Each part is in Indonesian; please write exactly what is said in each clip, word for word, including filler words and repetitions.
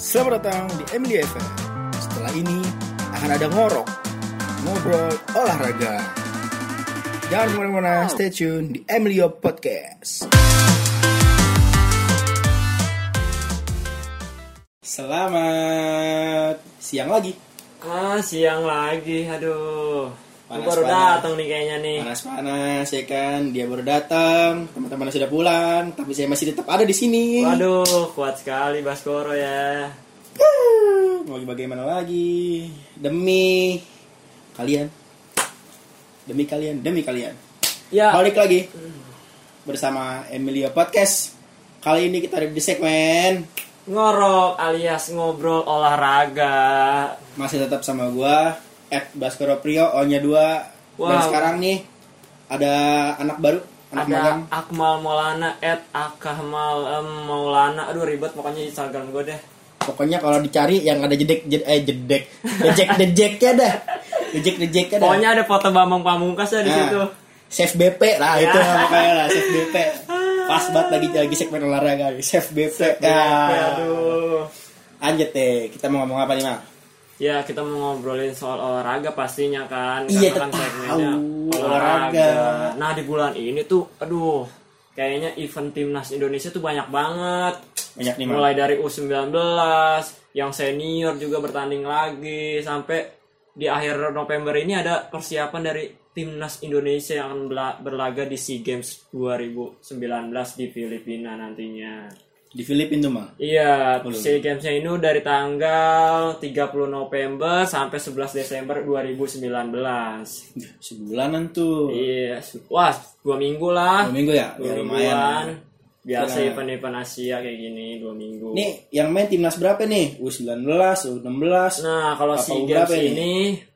Selamat datang di Emilio F M. Setelah ini akan ada ngorok, ngobrol olahraga. Jangan kemana-mana, stay tune di Emilio Podcast. Selamat siang lagi. Ah, siang lagi, aduh. Panas, Lu baru panas. datang nih kayaknya nih. Panas-panas ya kan, dia baru datang, teman-teman sudah pulang, tapi saya masih tetap ada di sini. Waduh, kuat sekali Baskoro ya. Mau bagaimana lagi? Demi kalian. Demi kalian, demi kalian. Ya. Balik lagi bersama Emilio Podcast. Kali ini kita ada di segmen Ngorok alias ngobrol olahraga. masih tetap sama gua at Baskoro Prio, O-nya dua. Dan Wow. sekarang nih ada anak baru, anak Ada magang. Akmal Maulana at Akmal em, Maulana. Aduh ribet pokoknya Instagram gue deh. Pokoknya kalau dicari yang ada jedek jed, eh jedek. Dejek dejeknya dah. Dejek dejeknya dah. Pokoknya ada foto Bambang Pamungkas ya di Nah, situ. Chef B P lah Ya. itu makanya lah Chef B P. Pas banget lagi lagi segmen olahraga Chef B P. Ya. Aduh. Lanjut deh, kita mau ngomong apa nih, Mal? Ya kita mau ngobrolin soal olahraga pastinya kan. Iya, Karena kan tahu. segmennya Olahraga. Nah di bulan ini tuh aduh kayaknya event timnas Indonesia tuh banyak banget. Banyak nih, Mal. Mulai dari U sembilan belas, yang senior juga bertanding lagi, sampai di akhir November ini ada persiapan dari timnas Indonesia yang akan bela- berlaga di SEA Games dua ribu sembilan belas di Filipina nantinya. Di Filipina tuh, Mal. Iya, Belum. SEA Games-nya ini dari tanggal tiga puluh November sampai sebelas Desember dua ribu sembilan belas. Sebulanan tuh. Iya, wah, dua minggu lah. Dua minggu ya? Dua Ya lumayan. mingguan. Biasa Kira- event-event Asia kayak gini, dua minggu. Nih, yang main timnas berapa nih? U sembilan belas, U enam belas. Nah, kalau Apa SEA U Games berapa ini? ini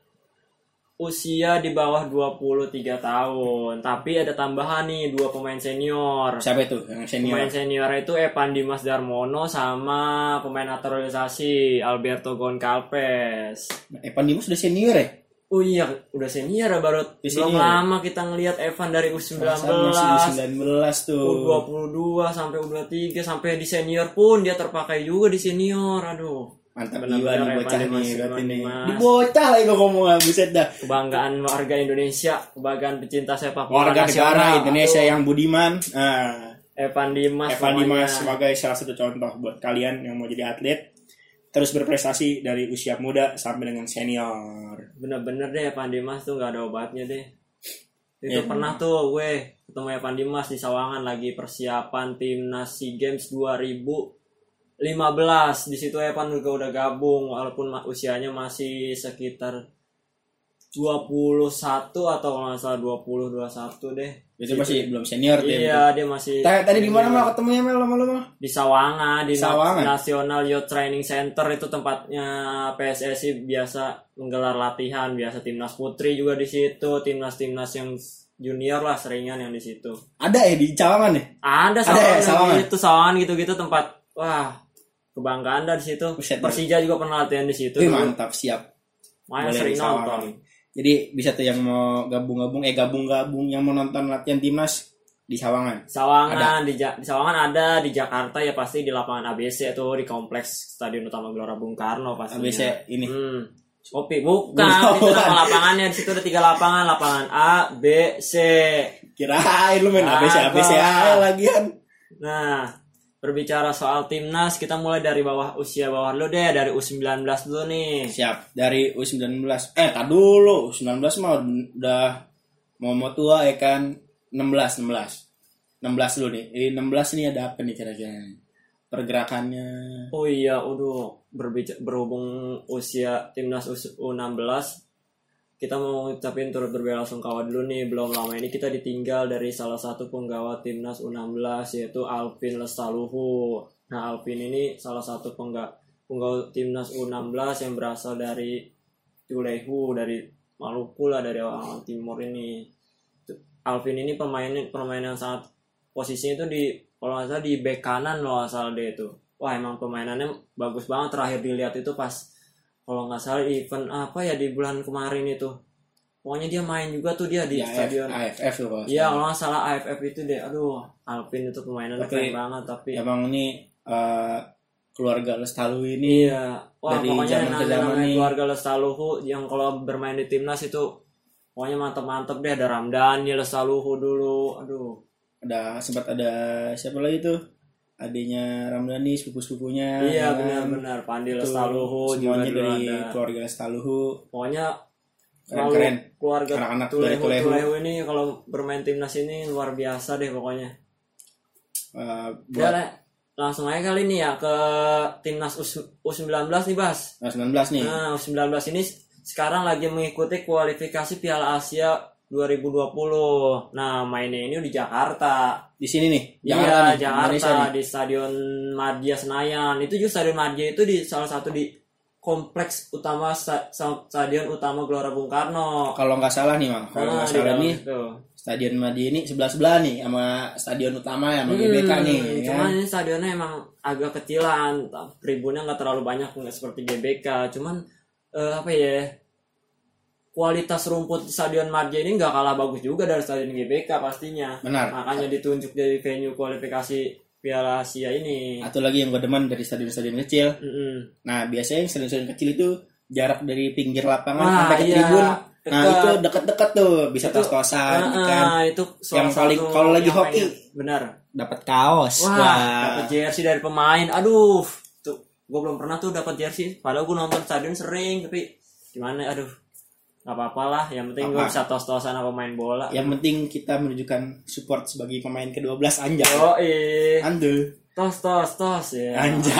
usia di bawah dua puluh tiga tahun. Tapi ada tambahan nih, dua pemain senior. Siapa itu yang senior? Pemain senior itu Evan Dimas Darmono sama pemain naturalisasi Alberto Goncalves. Evan Dimas udah senior ya? Oh iya, udah senior ya baru. Di Belum senior. lama kita ngelihat Evan dari U sembilan Masih U belas, sembilan belas tuh. U dua puluh dua sampai U dua puluh tiga sampai di senior pun dia terpakai juga di senior. Aduh. Mantap Benar-benar jiwa nih Evan bocah Dimas, nih berarti Evan nih. Dimas. Di bocah lagi gue ngomong, buset dah. Kebanggaan warga Indonesia, kebanggaan pecinta sepak bola Warga nasional. negara Indonesia Aduh. yang budiman. Nah, Evan Dimas. Evan pokoknya. Dimas sebagai salah satu contoh buat kalian yang mau jadi atlet, terus berprestasi dari usia muda sampai dengan senior. Bener-bener deh Evan Dimas tuh gak ada obatnya deh. Itu Ya, pernah tuh gue ketemu Evan Dimas di Sawangan lagi persiapan timnas SEA Games dua ribu lima belas. Di situ Evan juga udah gabung walaupun ma- usianya masih sekitar dua puluh satu atau kalau nggak salah dua puluh dua puluh satu deh. Itu masih belum senior tuh. Iya, dia masih Tadi, tadi di mana Mal ketemunya Mal sama lu Mal? di Sawangan, di Sawangan? Na- National Youth Training Center. Itu tempatnya P S S I biasa menggelar latihan, biasa timnas putri juga di situ, timnas-timnas yang junior lah seringan yang di situ. Ada ya di Cawangan ya? Ada Ada Sawangan, ya, Sawangan? gitu, Sawangan gitu-gitu tempat wah kebanggaan dah di situ. Buset, Persija juga pernah latihan di situ. Wih, dulu. mantap, siap. Makanya Boleh sering di Sawangan. nonton. Jadi bisa tuh yang mau gabung-gabung, eh gabung-gabung yang mau nonton latihan timnas di Sawangan. Sawangan di, Ja- di Sawangan ada, di Jakarta ya pasti di lapangan A B C tuh di kompleks Stadion Utama Gelora Bung Karno pastinya. A B C ini. Hmm. Kopi bukan, Bukan. itu nama lapangannya. Di situ ada tiga lapangan, lapangan A, B, C. Kirain lu main A B C A B C aja lagian. Nah, berbicara soal timnas, kita mulai dari bawah usia bawah dulu deh, dari U sembilan belas dulu nih. Siap, dari U sembilan belas. Eh, tak dulu. U sembilan belas mah udah mau mau tua ya kan. enam belas, enam belas. enam belas dulu nih. Di enam belas ini ada apa nih kira-kira? Pergerakannya. Oh iya, udah berbicara berhubung usia timnas U enam belas, kita mau ngucapin turut berbela-sungkawa dulu nih. Belum lama ini kita ditinggal dari salah satu penggawa timnas U enam belas yaitu Alvin Lestaluhu. Nah, Alvin ini salah satu penggawa, penggawa timnas U enam belas yang berasal dari Tulehu, dari Maluku lah, dari orang timur ini. Alvin ini pemain pemain yang sangat posisinya itu di kalau nggak salah di bek kanan loh asal dia itu. Wah emang pemainannya bagus banget. Terakhir dilihat itu pas kalau nggak salah event apa ya di bulan kemarin itu. Pokoknya dia main juga tuh dia di Ya, stadion. A F F tuh kalau Iya salah. kalau nggak salah A F F itu deh. Aduh Alvin itu pemainannya Tapi keren banget tapi Emang ini eh, keluarga Lestalu ini. Iya. Wah, dari pokoknya zaman ke yang zaman namanya nih. keluarga Lestaluhu yang kalau bermain di timnas itu pokoknya mantep-mantep deh. Ada Ramdhani, Lestaluhu dulu. Aduh. Ada sempat ada siapa lagi tuh? Adiknya Ramdhani, sepupu-sepupunya. Iya, kan? benar-benar Pandi Itu Lestaluhu juga semuanya dulu dari ada. keluarga Lestaluhu. Pokoknya Keren, selalu keren. keluarga Anak-anak Tulehu, Tulehu. Tulehu ini kalau bermain timnas ini luar biasa deh pokoknya. Uh, Udah buat lah, langsung aja kali ini ya ke timnas U sembilan belas nih Bas. nah, sembilan belas nih. Nah U sembilan belas ini sekarang lagi mengikuti kualifikasi Piala Asia dua ribu dua puluh. Nah mainnya ini di Jakarta. Di sini nih. Iya nih, Indonesia Jakarta nih. di Stadion Madia Senayan. Itu juga Stadion Madia itu di salah satu di kompleks utama sta- Stadion Utama Gelora Bung Karno. Kalau nggak salah nih, Mang. Kalau Nah, nggak di salah dalam nih, itu. Stadion Madia ini sebelah-sebelah nih sama stadion utama ya, sama Hmm, G B K nih. ya. Cuman ini stadionnya emang agak kecilan, tribunnya nggak terlalu banyak nggak seperti G B K. Cuman eh, apa ya? Kualitas rumput di Stadion Madia ini nggak kalah bagus juga dari Stadion G B K pastinya. Benar. Makanya ditunjuk jadi venue kualifikasi Piala Asia ini. Atau lagi yang gue demen dari stadion-stadion kecil. Mm-mm. Nah, biasanya yang stadion-stadion kecil itu jarak dari pinggir lapangan Wah, sampai ke iya, tribun. Nah, dekat. itu deket-deket tuh, bisa Itu- tos-tosan Ah, kan. ah, itu salah Yang paling- satu kalau lagi yang hoki. pengen- benar. Dapat kaos. Wah, dapat jersey dari pemain. Aduh, tuh gue belum pernah tuh dapat jersey. Padahal gue nonton stadion sering, tapi gimana? Aduh, nggak apa-apa lah. Yang penting gue Apa? bisa tos-tosan sama pemain bola. Yang penting kita menunjukkan support sebagai pemain ke dua belas anjay. Oh, eh, Andu. tos tos tos ya. Anjay.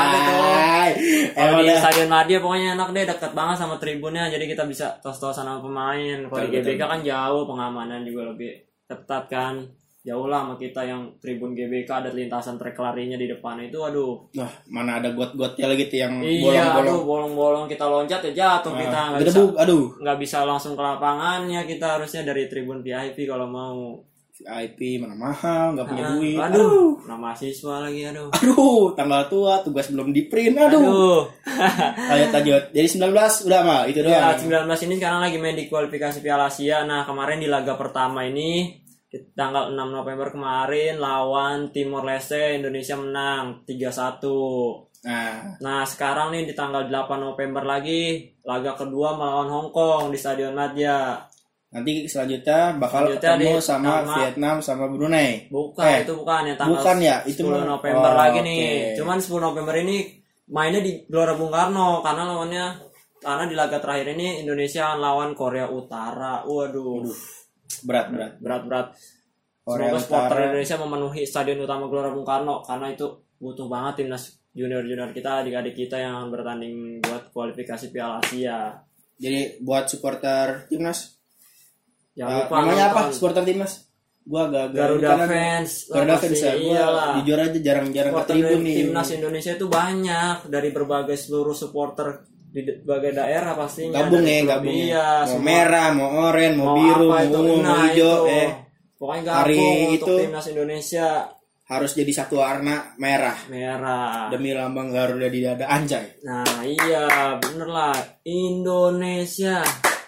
Kalau Emang di dah. Stadion Madia pokoknya enak deh, dekat banget sama tribunnya, jadi kita bisa tos-tosan sama pemain. Kalau di G B Betul, K kan jauh, pengamanan juga lebih ketat kan. Jauh lah sama kita yang tribun G B K ada lintasan trek larinya di depan itu, aduh. Wah, mana ada got-gotnya lagi tuh yang Iya, bolong-bolong. aduh bolong-bolong kita loncat ya jatuh kita Ah, nggak bisa gedebuk, aduh. nggak bisa langsung ke lapangannya, kita harusnya dari tribun V I P kalau mau. V I P mana mahal, nggak punya Ah, duit. aduh, nama mahasiswa lagi aduh. Aduh, tanggal tua, tugas belum di print. Aduh. Aduh. Lanjut lanjut. Jadi sembilan belas udah mah itu doang. Ya, sembilan belas ini sekarang lagi main di kualifikasi Piala Asia. Nah, kemarin di laga pertama ini di tanggal enam November kemarin lawan Timor Leste, Indonesia menang tiga satu. Nah, Nah, sekarang nih di tanggal delapan November lagi laga kedua melawan Hong Kong di Stadion Madia. nanti selanjutnya bakal Selanjutnya ketemu di- sama, sama- Vietnam sama Brunei. Bukan, Eh, itu bukan yang tanggal bukan ya, itu sepuluh mah- November oh, lagi oke. nih. Cuman sepuluh November ini mainnya di Gelora Bung Karno karena lawannya karena di laga terakhir ini Indonesia lawan Korea Utara. Waduh. Berat berat. Berat-berat. Korea Semoga supporter Utara. Indonesia memenuhi Stadion Utama Gelora Bung Karno karena itu butuh banget timnas junior-junior kita, adik-adik kita yang bertanding buat kualifikasi Piala Asia. Jadi buat supporter timnas, Jangan uh, lupa namanya apa? nonton Supporter timnas? Gua agak agak Garuda lupa nama. fans. Garuda lah, fans pasti. ya. Gua Iyalah. jujur aja jarang-jarang ke Supporter tribun nih. timnas Indonesia itu banyak dari berbagai seluruh supporter di de- berbagai daerah pastinya. Gabung Dari ya, klub, gabung. Iya, mau semua. merah, mau oranye, mau, biru, apa mau itu? ungu, mau Nah, hijau, itu. eh Pokoknya hari gabung untuk itu- timnas Indonesia harus jadi satu warna merah merah. demi lambang Garuda di dada anjay. Nah iya bener lah Indonesia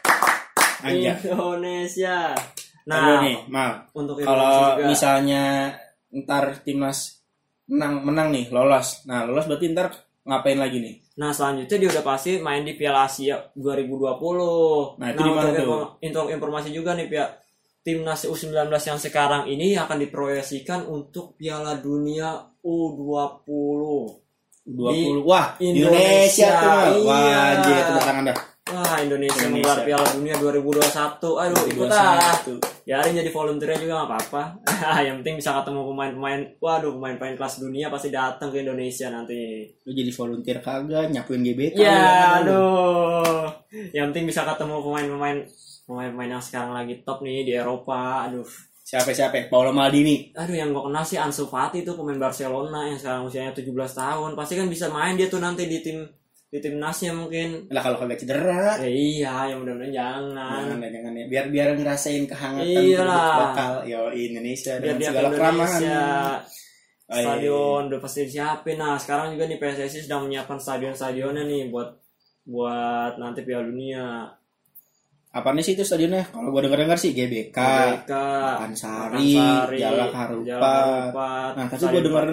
Anjay. Indonesia. Nah, Nah nih, mal. untuk Kalau Indonesia juga. misalnya ntar timnas menang menang nih, lolos. Nah, lolos berarti ntar ngapain lagi nih? Nah selanjutnya dia udah pasti main di Piala Asia dua ribu dua puluh. Nah, itu di mana untuk, tuh? info- untuk informasi juga nih pihak timnas U sembilan belas yang sekarang ini akan diproyeksikan untuk Piala Dunia U dua puluh. dua Di puluh. Wah, Indonesia. Indonesia tuh, Mal. Wah, Iya. anjir, tepuk tangan dah. Wah Indonesia, Indonesia. menggelar Piala Dunia dua ribu dua puluh satu. Aduh ikut dua puluh ah. satu. Biarin jadi volunteernya juga gak apa-apa. Yang penting bisa ketemu pemain-pemain. Waduh pemain-pemain kelas dunia pasti datang ke Indonesia nanti. Lu jadi volunteer kagak nyapuin G B K. Ya lu. aduh. Yang penting bisa ketemu pemain-pemain pemain-pemain yang sekarang lagi top nih di Eropa. Aduh. Siapa siapa? Paolo Maldini. Aduh yang gue kenal sih Ansu Fati tuh pemain Barcelona yang sekarang usianya tujuh belas tahun. Pasti kan bisa main dia tuh nanti di tim di timnasnya mungkin. Lah kalau kagak cedera. Ya iya, yang mudah-mudahan jangan. Jangan ya, jangan ya. Biar biar ngerasain kehangatan Iyalah. penduduk lokal yo Indonesia Biar dengan dia ke segala keramahan. Indonesia. Oh, iya. Stadion udah pasti disiapin. Nah sekarang juga nih P S S I sedang menyiapkan stadion-stadionnya nih buat buat nanti Piala Dunia. Apanya sih itu stadionnya? Kalau gua dengar-dengar sih G B K, G B K, Pakansari, Jalak Harupat. Jalak Harupat, Nah, tapi Stadion gua dengar-dengar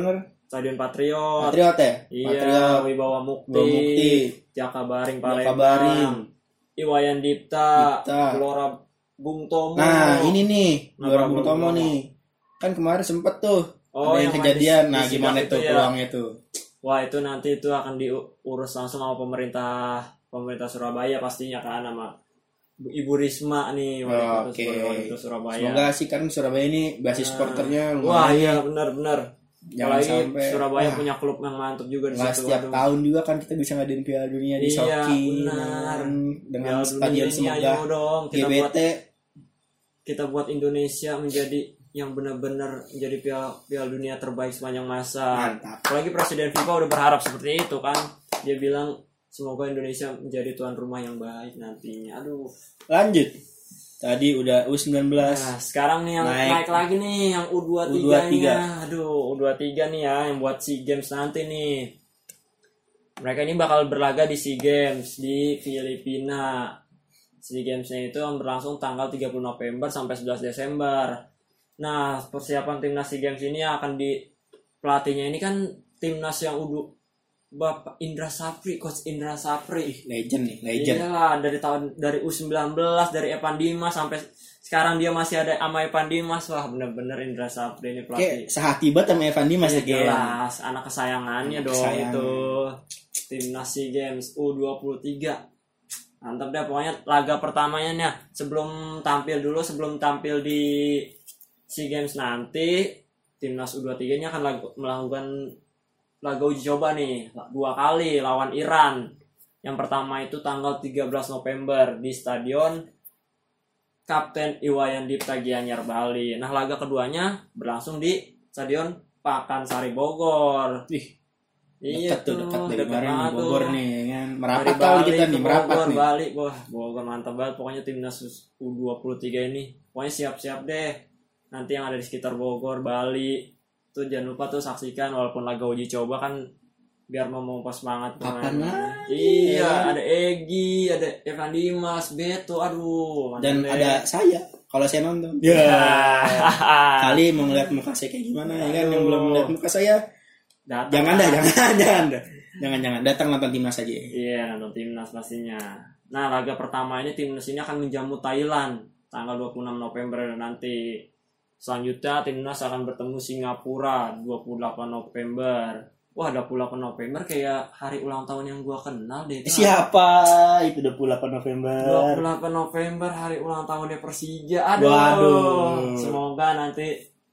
Stadion Patriot. Patriot ya? Iya, Patriot. Wibawa Mukti, Wibawa Mukti. Jakabaring Jakabaring. Palembang, Iwayan Dipta, Dipta. Gelora Bung Tomo. Nah, ini nih, Kenapa Gelora Bung Gelora Tomo Bung nih. Kan kemarin sempet tuh Oh, ada yang yang kejadian. di- Nah, di gimana sidang tuh itu ya? peluangnya tuh? Wah, itu nanti itu akan diurus langsung sama pemerintah pemerintah Surabaya pastinya kan, sama Ibu Risma nih, wali kota Oke. wali kota Surabaya. Semoga sih kan Surabaya ini basis Nah, supporternya Wah, lumayan. iya benar-benar. Jangan Apalagi sampai Surabaya wah, punya klub yang mantap juga di lah situ. setiap Aduh. tahun juga kan kita bisa ngadain Piala Dunia di Iya, Sochi benar. kan, dengan Piala stadion Dunia ini Semegah ayo dong kita G B buat T. kita buat Indonesia menjadi yang benar-benar menjadi piala, piala dunia terbaik sepanjang masa. Mantap. Apalagi Presiden FIFA udah berharap seperti itu kan. Dia bilang semoga Indonesia menjadi tuan rumah yang baik nantinya. Aduh. Lanjut. Tadi udah U sembilan belas. Nah, sekarang nih yang naik, Naik. lagi nih yang U dua puluh tiga U dua puluh tiga. nya. Aduh, U dua puluh tiga nih ya yang buat SEA Games nanti nih. Mereka ini bakal berlaga di SEA Games di Filipina. SEA Games-nya itu yang berlangsung tanggal tiga puluh November sampai sebelas Desember. Nah, persiapan timnas SEA Games ini akan di pelatihnya ini kan timnas yang udah Bapak Indra Sapri, Coach Indra Sapri. Legend nih, legend. Iya, dari tahun dari U sembilan belas, dari Evan Dimas sampai sekarang dia masih ada sama Evan Dimas. Wah, bener-bener Indra Sapri ini Kayak pelatih. sehati banget sama Evan Dimas Iya, ya, Gen. jelas, anak kesayangannya Anak dong kesayangan. itu. Timnas SEA Games U dua puluh tiga. Mantap deh pokoknya laga pertamanya nih. Sebelum tampil dulu, sebelum tampil di SEA Games nanti, timnas U dua puluh tiga ini akan lagu- melakukan laga uji coba nih dua kali lawan Iran. Yang pertama itu tanggal tiga belas November di Stadion Kapten Iwayan Dipta Gianyar Bali. Nah, laga keduanya berlangsung di Stadion Pakansari Bogor. Ih, Iya dekat tuh, tuh, dekat dari dekat kemarin banget nih Bogor tuh. nih kan. Dari Merapat kali Bali kita ke nih, merapat Bogor, nih. Bali. Wah, Bogor mantap banget. Pokoknya timnas U dua puluh tiga ini. Pokoknya siap-siap deh. Nanti yang ada di sekitar Bogor, Bali. Tuh jangan lupa tuh saksikan walaupun laga uji coba kan biar memompas semangat Kapan pemain. lah? Iya, ada Egi, ada Evan Dimas, Beto, aduh. Dan mantap deh. ada saya kalau saya nonton. Ya. Kali mau ngeliat muka saya kayak gimana ya kan, yang belum ngeliat muka saya Datang jangan lah. dah, jangan, jangan dah. Jangan jangan datang nonton timnas aja. Iya, nonton timnas pastinya. Nah, laga pertama ini timnas ini akan menjamu Thailand tanggal dua puluh enam November nanti. Selanjutnya timnas akan bertemu Singapura dua puluh delapan November. Wah, dua puluh delapan November kayak hari ulang tahun yang gua kenal deh. Itu Siapa itu dua puluh delapan November? dua puluh delapan November hari ulang tahunnya Persija. Aduh. Waduh. Semoga nanti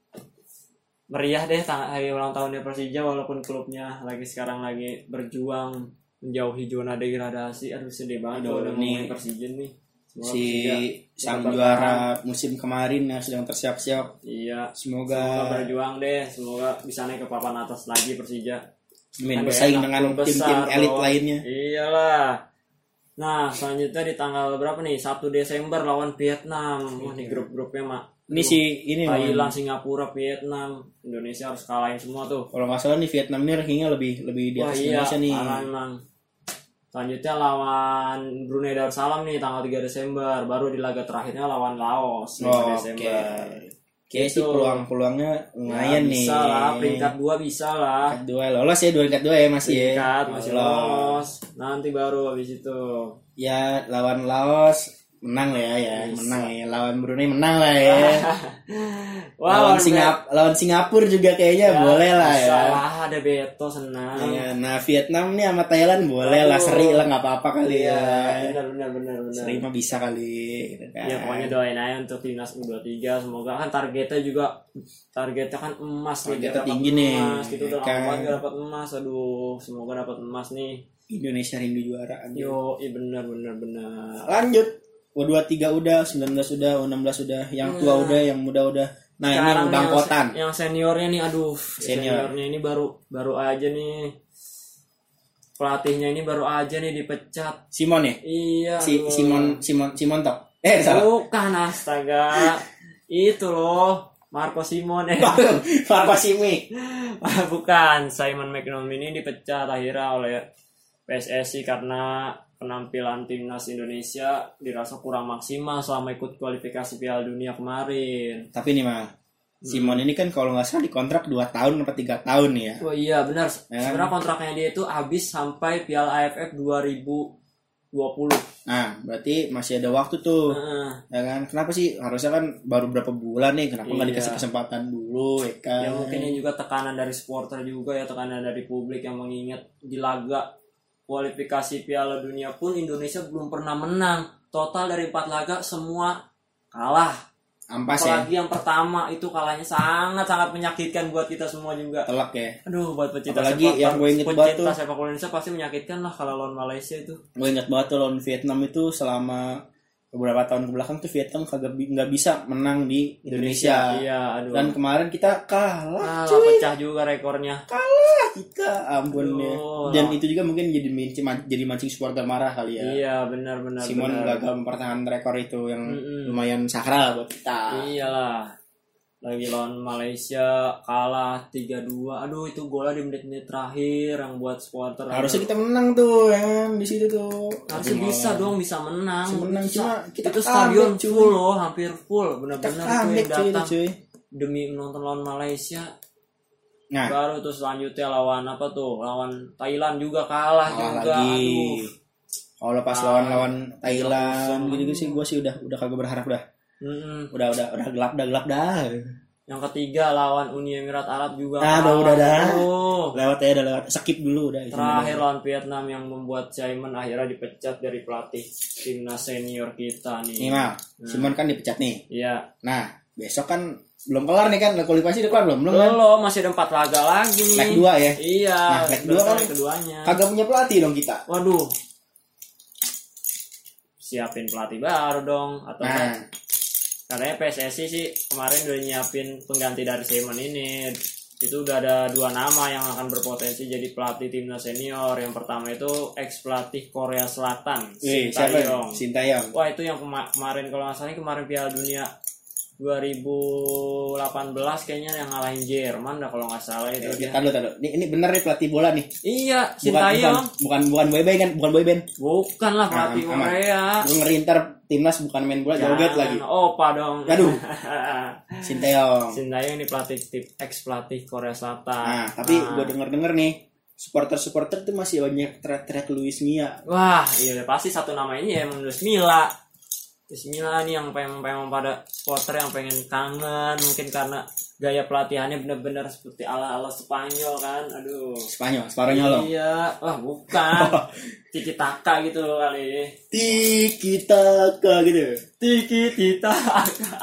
meriah deh tang- hari ulang tahunnya Persija walaupun klubnya lagi sekarang lagi berjuang menjauhi zona degradasi. Aduh, sedih banget Aduh, kalau udah nih. ngomongin Persija nih. Semoga Si Persija sang tetap juara bertahan. musim kemarin yang sedang tersiap-siap. Iya. Semoga Semoga berjuang deh. Semoga bisa naik ke papan atas lagi Persija. main Kan bersaing enak, dengan klub besar tim-tim elit dong. lainnya. Iyalah. Nah, selanjutnya di tanggal berapa nih? satu Desember lawan Vietnam. Wah, nih grup-grupnya mak. Ini si ini Thailand, Singapura, Vietnam, Indonesia harus kalahin semua tuh. kalau nggak salah nih Vietnam ini rankingnya lebih lebih di Wah atas iya, Indonesia nih. parah emang. Selanjutnya lawan Brunei Darussalam nih tanggal tiga Desember. Baru di laga terakhirnya lawan Laos lima Oh, Desember. Oke sih Itu. peluang-peluangnya lumayan Ya, nih. bisa lah, peringkat dua bisa lah. Peringkat dua lolos ya, dua peringkat dua ya masih ya. Peringkat masih lolos. Nanti baru habis itu. Ya lawan Laos menang lah ya, ya. Bisa. menang ya. Lawan Brunei menang lah ya. Wah, lawan Singap lawan Singapura juga kayaknya boleh lah ya. Salah ada Beto senang. Ya, nah Vietnam nih sama Thailand boleh lah, Aduh. seri lah nggak apa-apa kali Iya, ya. benar benar benar benar. Seri mah bisa kali. Gitu kan. Ya pokoknya doain aja untuk timnas U dua puluh tiga, semoga kan targetnya juga targetnya kan emas nih, Targetnya biar dapat tinggi nih, emas gitu, udah kan. lama banget gak dapat emas. Aduh, semoga dapat emas nih. Indonesia rindu juara. Yo, iya benar benar benar. Lanjut. U dua puluh tiga udah, sembilan belas udah, U enam belas udah, yang tua udah, yang muda udah. Nah, ini yang Sekarang nih bangkotan. Yang, yang seniornya nih, aduh, Senior. seniornya ini baru baru aja nih. Pelatihnya ini baru aja nih dipecat. Simon ya? Iya. Si aduh. Simon Simon Simon Tok. Eh, salah. Bukan, astaga. Itu loh, Marco Simone. Marco Simic. Bukan, Simon McManamy ini dipecat akhirnya oleh P S S I karena penampilan timnas Indonesia dirasa kurang maksimal selama ikut kualifikasi Piala Dunia kemarin. Tapi nih mah, Simon ini kan kalau nggak salah dikontrak dua tahun atau tiga tahun nih ya. Oh iya benar. Ya. Sebenarnya kontraknya dia itu habis sampai Piala A F F dua ribu dua puluh. Nah, berarti masih ada waktu tuh. Nah, Ya kan? Kenapa sih harusnya kan baru berapa bulan nih? Kenapa nggak Iya. dikasih kesempatan dulu ya kan? ya mungkin ini juga tekanan dari supporter juga ya, tekanan dari publik yang mengingat di laga kualifikasi Piala Dunia pun Indonesia belum pernah menang. Total dari empat laga semua kalah. Ampas ya. Apalagi yang pertama itu kalahnya sangat-sangat menyakitkan buat kita semua juga. Telak ya. Aduh, buat pecinta Apalagi sepak yang gue inget banget pecinta tuh. sepak bola Indonesia pasti menyakitkan lah kalau lawan Malaysia itu. Gue ingat banget tuh lawan Vietnam itu selama beberapa tahun kebelakang tuh Vietnam kagak bi- nggak bisa menang di Indonesia. Iya, aduh. Dan kemarin kita kalah. Kalah, cuy. pecah juga rekornya. Kalah kita, ampun ya. Aduh. Dan itu juga mungkin jadi mancing, jadi mancing supporter marah kali ya. Iya, benar-benar. Simon benar. gagal mempertahankan rekor itu yang Mm-mm. lumayan sakral buat kita. Iyalah. Lagi lawan Malaysia kalah tiga dua. Aduh, itu golnya di menit-menit terakhir yang buat supporter. Harusnya kita menang tuh ya kan di situ tuh. harusnya Tapi bisa malah- dong, bisa menang. Bisa menang, Bisa. cuma kita itu stadion comeback, cuy. full loh, hampir full. Kita Benar-benar itu comeback yang cuy itu datang cuy. demi menonton lawan Malaysia. Nah, Baru tuh selanjutnya lawan apa tuh? Lawan Thailand juga kalah kalah juga. lagi. Aduh. Kalau pas Ah, lawan-lawan Thailand iya, gitu-gitu sih gue sih udah udah kagak berharap dah. Mm-mm. Udah udah udah gelap dah gelap dah. Yang ketiga lawan Uni Emirat Arab juga. Ah, udah, kalah. udah dah. Aduh. Lewat ya udah lewat. Skip dulu udah. itu Terakhir udah. lawan Vietnam yang membuat Simon akhirnya dipecat dari pelatih timnas senior kita nih. Nih Mal, Simon kan dipecat nih. Iya. Nah, besok kan belum kelar nih kan, kualifikasi udah kelar belum? Belum kan? Belum, masih ada empat laga lagi nih. Leg dua ya. Iya. Nah, leg dua kan leg keduanya. Kagak punya pelatih dong kita. Waduh. Siapin pelatih baru dong atau Nah, katanya P S S I sih kemarin udah nyiapin pengganti dari Simon ini. Itu udah ada dua nama yang akan berpotensi jadi pelatih timnas senior. Yang pertama itu ex pelatih Korea Selatan, wih, Shin siapa? Tae-yong. ya? Sintayong. Wah, itu yang kema- kemarin kalau nggak salah ini kemarin Piala Dunia dua ribu delapan belas kayaknya yang ngalahin Jerman dah kalau nggak salah itu Eh, dia. Taduh, taduh. Ini ini bener nih pelatih bola nih. Iya, Bukan Shin bukan Tae-yong. bukan bukan boyband kan, bukan boyband. Bukan lah pelatih Aman, aman. Korea. Gue ngeri ntar timnas bukan main bola joget Jangan, lagi. Opa dong. Aduh. Sintayong. Shin Tae-yong ini pelatih tip ex pelatih Korea Selatan. Nah, tapi Nah. gue denger-denger nih, supporter-supporter tuh masih banyak teriak-teriak Luis Milla. Wah, iya pasti satu nama ini ya emang Luis Milla. Luis Milla nih yang pengen pengen pada supporter yang pengen kangen mungkin karena gaya pelatihannya benar-benar seperti ala-ala Spanyol kan. Aduh. Spanyol, Spanyol loh. Iya, wah bukan. Tiki taka gitu loh kali. Tiki taka gitu. Tiki taka.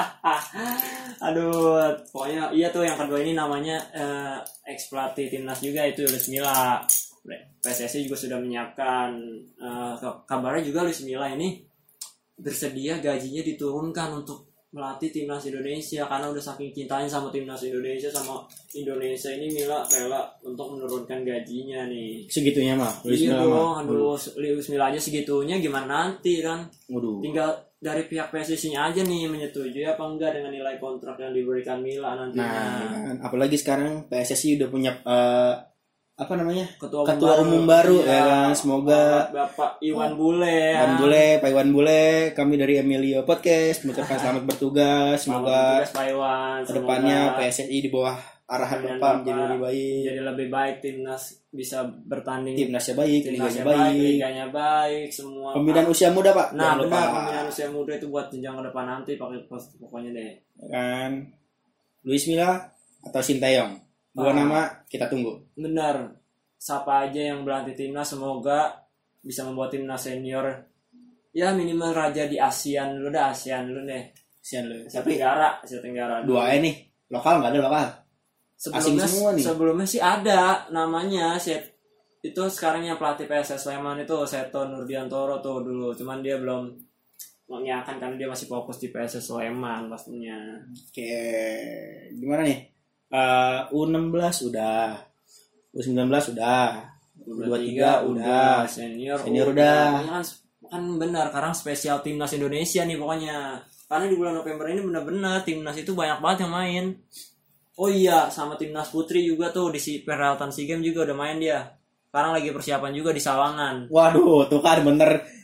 Aduh, pokoknya iya tuh yang kedua ini namanya eh, ex pelatih timnas juga itu Luis Milla. P S S I juga sudah menyiapkan eh, kabarnya juga Luis Milla ini bersedia gajinya diturunkan untuk melatih timnas Indonesia karena udah saking cintanya sama timnas Indonesia sama Indonesia ini Milla rela untuk menurunkan gajinya nih. Segitunya mah. Luis Iya Milla mah. dong, aduh Luis Milla aja segitunya gimana nanti kan? Waduh. Tinggal dari pihak P S S I-nya aja nih menyetujui apa enggak dengan nilai kontrak yang diberikan Milla nantinya. Nah, kan, apalagi sekarang P S S I udah punya eh, apa namanya? Ketua, Ketua umum baru, iya, ya kan? Semoga Bapak Iwan Bule ya. Iwan Bule, Pak Iwan Bule, kami dari Emilio Podcast mengucapkan selamat bertugas. Semoga Selamat bertugas, Pak Iwan. kedepannya Semoga P S S I di bawah arahan dengan Bapak Bapak menjadi lebih baik. jadi lebih baik, timnas bisa bertanding, Timnasnya baik, liganya timnasnya baik, baik. liganya baik, semua. Pembinaan usia muda Pak. Nah, Jangan benar lupa. pembinaan usia muda itu buat jenjang ke depan nanti pakai pokoknya deh. Ya kan? Luis Milla atau Sintayong. Dua Ah. nama kita tunggu. Benar. Siapa aja yang berlatih timnas semoga bisa membuat timnas senior ya minimal raja di ASEAN dulu dah, ASEAN dulu deh. Sian lu. Asia Tapi Tenggara, Asia Tenggara. dulu. dua nih. Lokal nggak ada lokal. Sebelumnya, asing semua nih. sebelumnya sih ada namanya Set, itu sekarang yang pelatih P S S Sleman itu Seto Nurdiantoro tuh dulu, cuman dia belum mengiakan karena dia masih fokus di P S S Sleman pastinya. Oke, gimana nih? Eh, U enam belas udah, U sembilan belas udah, U dua puluh tiga udah, senior, Senior udah. Kan, kan benar, sekarang spesial timnas Indonesia nih pokoknya. Karena di bulan November ini benar-benar timnas itu banyak banget yang main. Oh iya, sama timnas putri juga tuh di si peralatan SEA Games juga udah main dia. Sekarang lagi persiapan juga di Sawangan. Waduh, tuh kan bener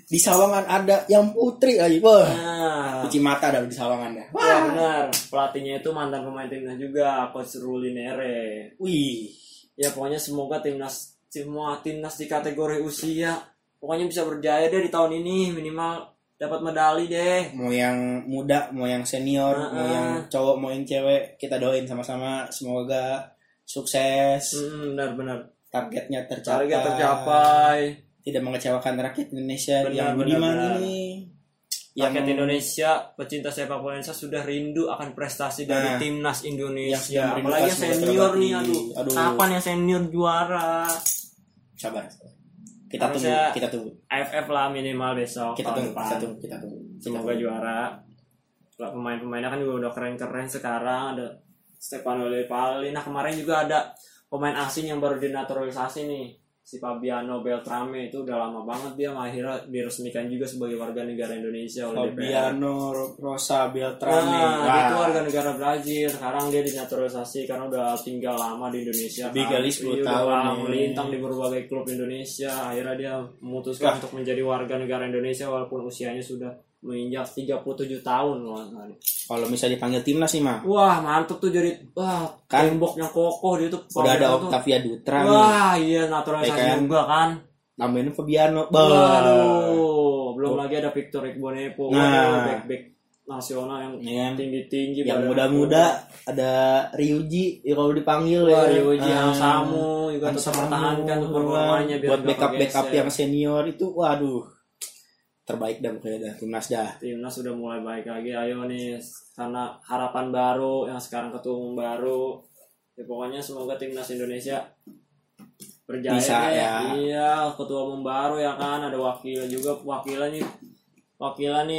Di Sawangan ada yang putri lagi. Wah. Nah, Cuci mata ada di Sawangan ya. wah ya benar. Pelatihnya itu mantan pemain timnas juga, Coach Ruli Nere. Wih. Ya pokoknya semoga timnas semua timnas di kategori usia pokoknya bisa berjaya deh di tahun ini, minimal dapat medali deh. Mau yang muda, mau yang senior, Uh-uh. mau yang cowok, mau yang cewek, kita doain sama-sama semoga sukses. Hmm, benar-benar. Targetnya tercapai. Target tercapai. Tidak mengecewakan rakyat Indonesia Benar, yang benar, budiman benar. ini. Rakyat Yang Indonesia, pecinta sepak bola Indonesia sudah rindu akan prestasi dari Nah, timnas yang Indonesia. sudah merindukan Apalagi yang semoga senior terobati. nih, aduh. Aduh. Kapan yang senior juara? sabar. Kita tunggu, Harusnya kita tunggu. A F F lah minimal besok. Kita tahun tunggu, depan. kita tunggu, kita tunggu. Kita Semoga tunggu. juara. Lah, pemain-pemainnya kan juga udah keren-keren sekarang. Ada Stefano Lillipali. Nah kemarin juga ada pemain asing yang baru dinaturalisasi nih, si Fabiano Beltrame. Itu udah lama banget dia, akhirnya diresmikan juga sebagai warga negara Indonesia oleh D P R. Fabiano Rosa Beltrame. Nah, dia Wah. itu warga negara Brazil. Sekarang dia dinaturalisasi karena udah tinggal lama di Indonesia. Lebih kan. kali sepuluh Iya, tahun udah nih. melintang di berbagai klub Indonesia. Akhirnya dia memutuskan Wah. untuk menjadi warga negara Indonesia walaupun usianya sudah menginjak tiga puluh tujuh tahun loh. Kalau misalnya dipanggil timnas sih mah. Wah, mantep tuh jadi wah, Kan? temboknya kokoh dia tuh. Udah ada Fabiano tuh. Octavia Dutra nih. Wah, iya naturalisasi Ya kan? juga kan. Namanya Fabiano. Bah. Waduh, belum lagi ada Victor Igbonepo, Nah. back-back nasional yang Iya. tinggi-tinggi. Yang badan muda-muda ada Ryuji ya kalau dipanggil Wah, ya. Ryuji Ah, Hansamu juga tetap Hansamu, pertahankan tuh performanya biar buat nggak backup backup kegeser. yang senior itu waduh terbaik dah pokoknya dah timnas dah. Timnas sudah mulai baik lagi, ayo nih karena harapan baru yang sekarang ketua umum baru. Ya, pokoknya semoga timnas Indonesia berjaya Bisa, deh. ya. Iya, ketua umum baru ya kan, ada wakil juga, wakilan nih wakilan nih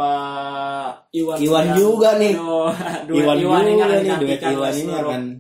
Bapak Iwan Iwan Sudiarto. juga nih. Aduh, duet Iwan, Iwan ini juga akan nih duet dinantikan Iwan oleh ini seluruh akan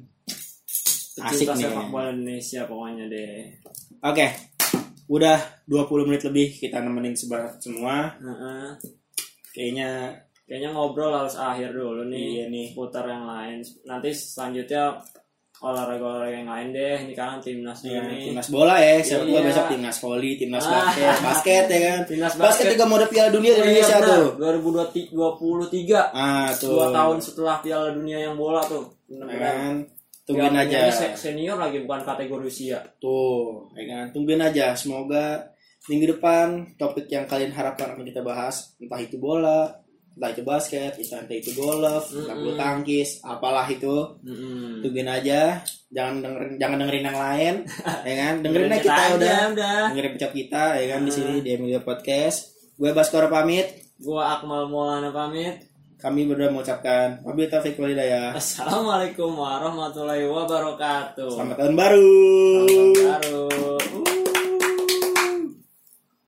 asik pecinta nih. sepak bola Indonesia pokoknya deh. Oke. Udah dua puluh menit lebih kita nemenin seba- semua. Heeh. Kayaknya Kayaknya ngobrol harus akhir dulu nih. Iya nih. Putar yang lain. Nanti selanjutnya olahraga-olahraga yang lain deh. Ini kan timnas ya, ini. timnas bola ya, siapa tahu Iya. besok timnas voli, timnas Ah. basket, basket ya kan. Timnas Basket basket. juga mau ada Piala Dunia di Oh, iya, Indonesia benar. tuh. dua ribu dua puluh tiga. Ah, tuh. Dua tahun setelah Piala Dunia yang bola tuh. Ya Benar-benar. kan. Tungguin Piala aja. Dunia ini se- senior lagi bukan kategori usia. Tuh, ya kan. Tungguin aja. Semoga minggu depan topik yang kalian harapkan akan kita bahas, entah itu bola, entah itu basket, entah itu golf, entah bulu Mm-mm. tangkis, apalah itu. Mm-mm. Tungguin aja. Jangan dengerin jangan dengerin yang lain, ya kan. Dengerin aja Dengerin kita aja, udah. udah. Dengerin pecah kita ya kan di Hmm. sini di Emilia Podcast. Gue Baskoro pamit. Gua Akmal Maulana pamit. Kami berdua mengucapkan wabillahi taufiq wal hidayah. Assalamualaikum warahmatullahi wabarakatuh. Selamat tahun baru.